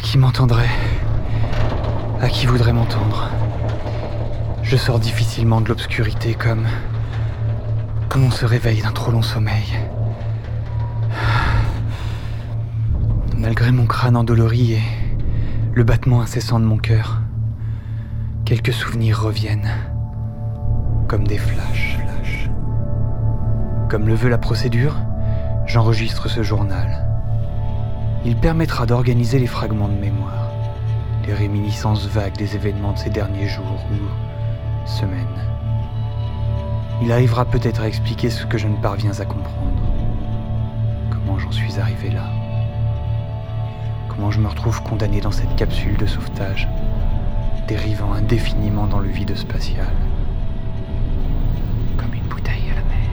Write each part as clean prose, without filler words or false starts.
qui m'entendrait? À qui voudrait m'entendre? Je sors difficilement de l'obscurité comme on se réveille d'un trop long sommeil. Malgré mon crâne endolori et le battement incessant de mon cœur, quelques souvenirs reviennent, comme des flashs. Comme le veut la procédure, j'enregistre ce journal. Il permettra d'organiser les fragments de mémoire, les réminiscences vagues des événements de ces derniers jours ou semaines. Il arrivera peut-être à expliquer ce que je ne parviens à comprendre. Comment j'en suis arrivé là. Comment je me retrouve condamné dans cette capsule de sauvetage, dérivant indéfiniment dans le vide spatial. Comme une bouteille à la mer.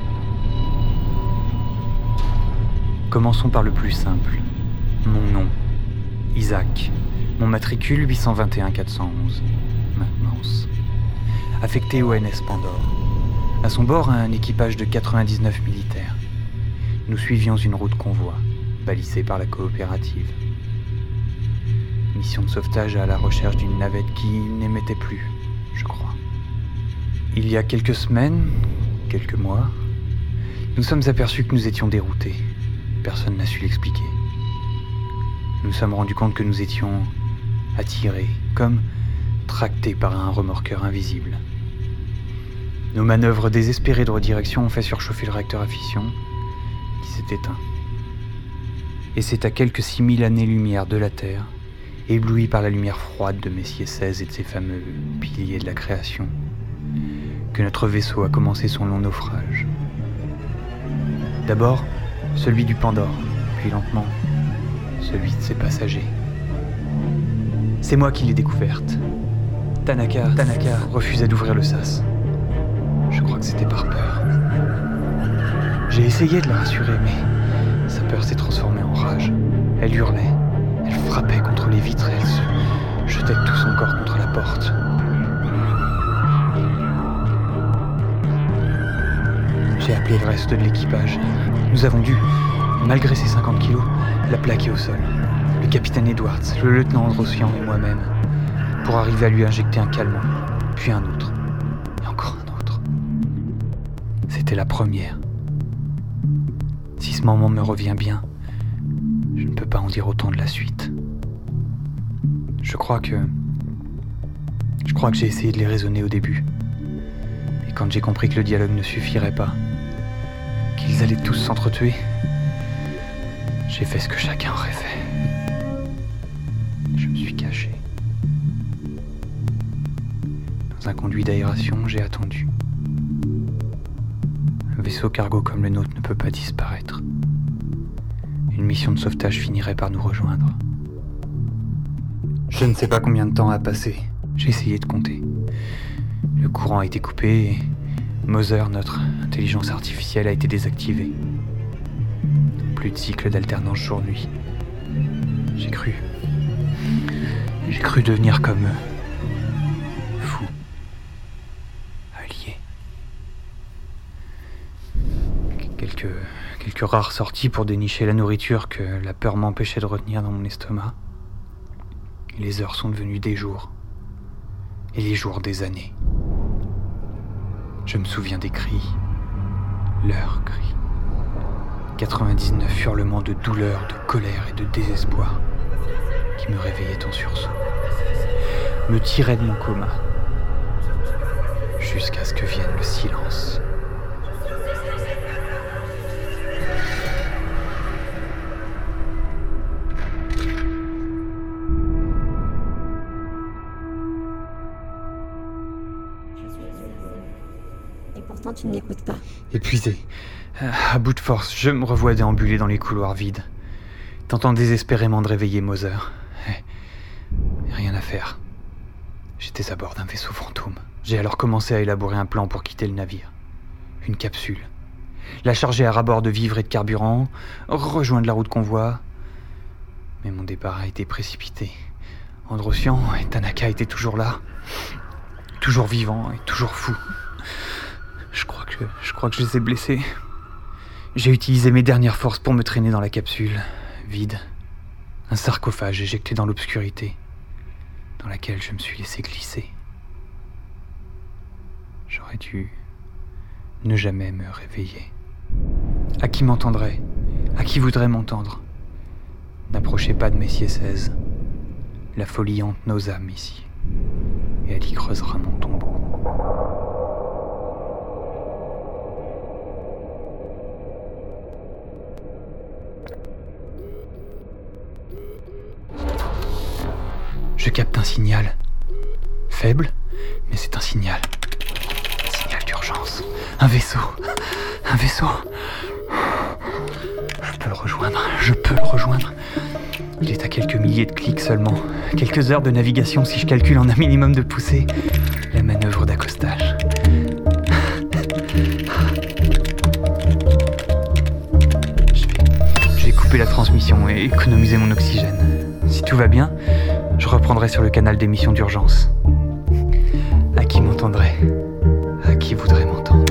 Commençons par le plus simple. Mon nom, Isaac. Mon matricule 821 411. Maintenance. Affecté au NS Pandore. À son bord, un équipage de 99 militaires. Nous suivions une route convoi, balisée par la coopérative. Mission de sauvetage à la recherche d'une navette qui n'émettait plus, je crois. Il y a quelques semaines, quelques mois, nous sommes aperçus que nous étions déroutés. Personne n'a su l'expliquer. Nous nous sommes rendus compte que nous étions attirés, comme tractés par un remorqueur invisible. Nos manœuvres désespérées de redirection ont fait surchauffer le réacteur à fission, qui s'est éteint. Et c'est à quelques 6000 années-lumière de la Terre, ébloui par la lumière froide de Messier 16 et de ses fameux piliers de la création, que notre vaisseau a commencé son long naufrage. D'abord, celui du Pandore, puis lentement, celui de ses passagers. C'est moi qui l'ai découverte. Tanaka refusait d'ouvrir le sas. Je crois que c'était par peur. J'ai essayé de la rassurer, mais sa peur s'est transformée en rage. Elle hurlait, elle frappait contre les vitres et elle se jetait de tout son corps contre la porte. J'ai appelé le reste de l'équipage. Nous avons dû, malgré ses 50 kilos, la plaquer au sol. Le capitaine Edwards, le lieutenant Androsian et moi-même, pour arriver à lui injecter un calmant, puis un autre, et encore un autre. C'était la première. Si ce moment me revient bien, je ne peux pas en dire autant de la suite. Je crois que j'ai essayé de les raisonner au début. Et quand j'ai compris que le dialogue ne suffirait pas, qu'ils allaient tous s'entretuer, j'ai fait ce que chacun aurait fait. Je me suis caché. Dans un conduit d'aération, j'ai attendu. Un vaisseau cargo comme le nôtre ne peut pas disparaître. Une mission de sauvetage finirait par nous rejoindre. Je ne sais pas combien de temps a passé. J'ai essayé de compter. Le courant a été coupé et Moser, notre intelligence artificielle, a été désactivée. Plus de cycle d'alternance jour-nuit. J'ai cru devenir comme eux. Fou. Allié. Quelques rares sorties pour dénicher la nourriture que la peur m'empêchait de retenir dans mon estomac. Et les heures sont devenues des jours. Et les jours des années. Je me souviens des cris. Leurs cris. 99 hurlements de douleur, de colère et de désespoir qui me réveillaient en sursaut. Me tiraient de mon coma. Jusqu'à ce que vienne le silence. Et pourtant, tu ne m'écoutes pas. Épuisé, à bout de force, je me revois déambuler dans les couloirs vides, tentant désespérément de réveiller Moser. Rien à faire. J'étais à bord d'un vaisseau fantôme. J'ai alors commencé à élaborer un plan pour quitter le navire. Une capsule. La charger à ras-bord de vivres et de carburant, rejoindre la route convoi. Mais mon départ a été précipité. Androsian et Tanaka étaient toujours là. Toujours vivants et toujours fous. Je crois que je les ai blessés. J'ai utilisé mes dernières forces pour me traîner dans la capsule, vide, Un sarcophage éjecté dans l'obscurité, dans laquelle je me suis laissé glisser. J'aurais dû ne jamais me réveiller. À qui m'entendrait? À qui voudrait m'entendre? N'approchez pas de Messier 16. La folie hante nos âmes ici, et elle y creusera mon tombeau. Je capte un signal. Faible, mais c'est un signal. Un signal d'urgence. Un vaisseau. Un vaisseau. Je peux le rejoindre. Il est à quelques milliers de clics seulement. Quelques heures de navigation si je calcule en un minimum de poussée. La manœuvre d'accostage. Je vais couper la transmission et économiser mon oxygène. Si tout va bien, je reprendrai sur le canal d'émission d'urgence. À qui m'entendrait? À qui voudrait m'entendre?